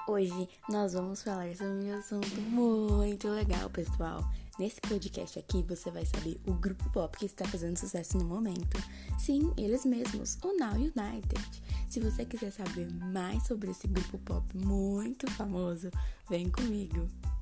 Hoje nós vamos falar sobre um assunto muito legal, pessoal. Nesse podcast aqui você vai saber o grupo pop que está fazendo sucesso no momento. Sim, eles mesmos, o Now United. Se você quiser saber mais sobre esse grupo pop muito famoso, vem comigo.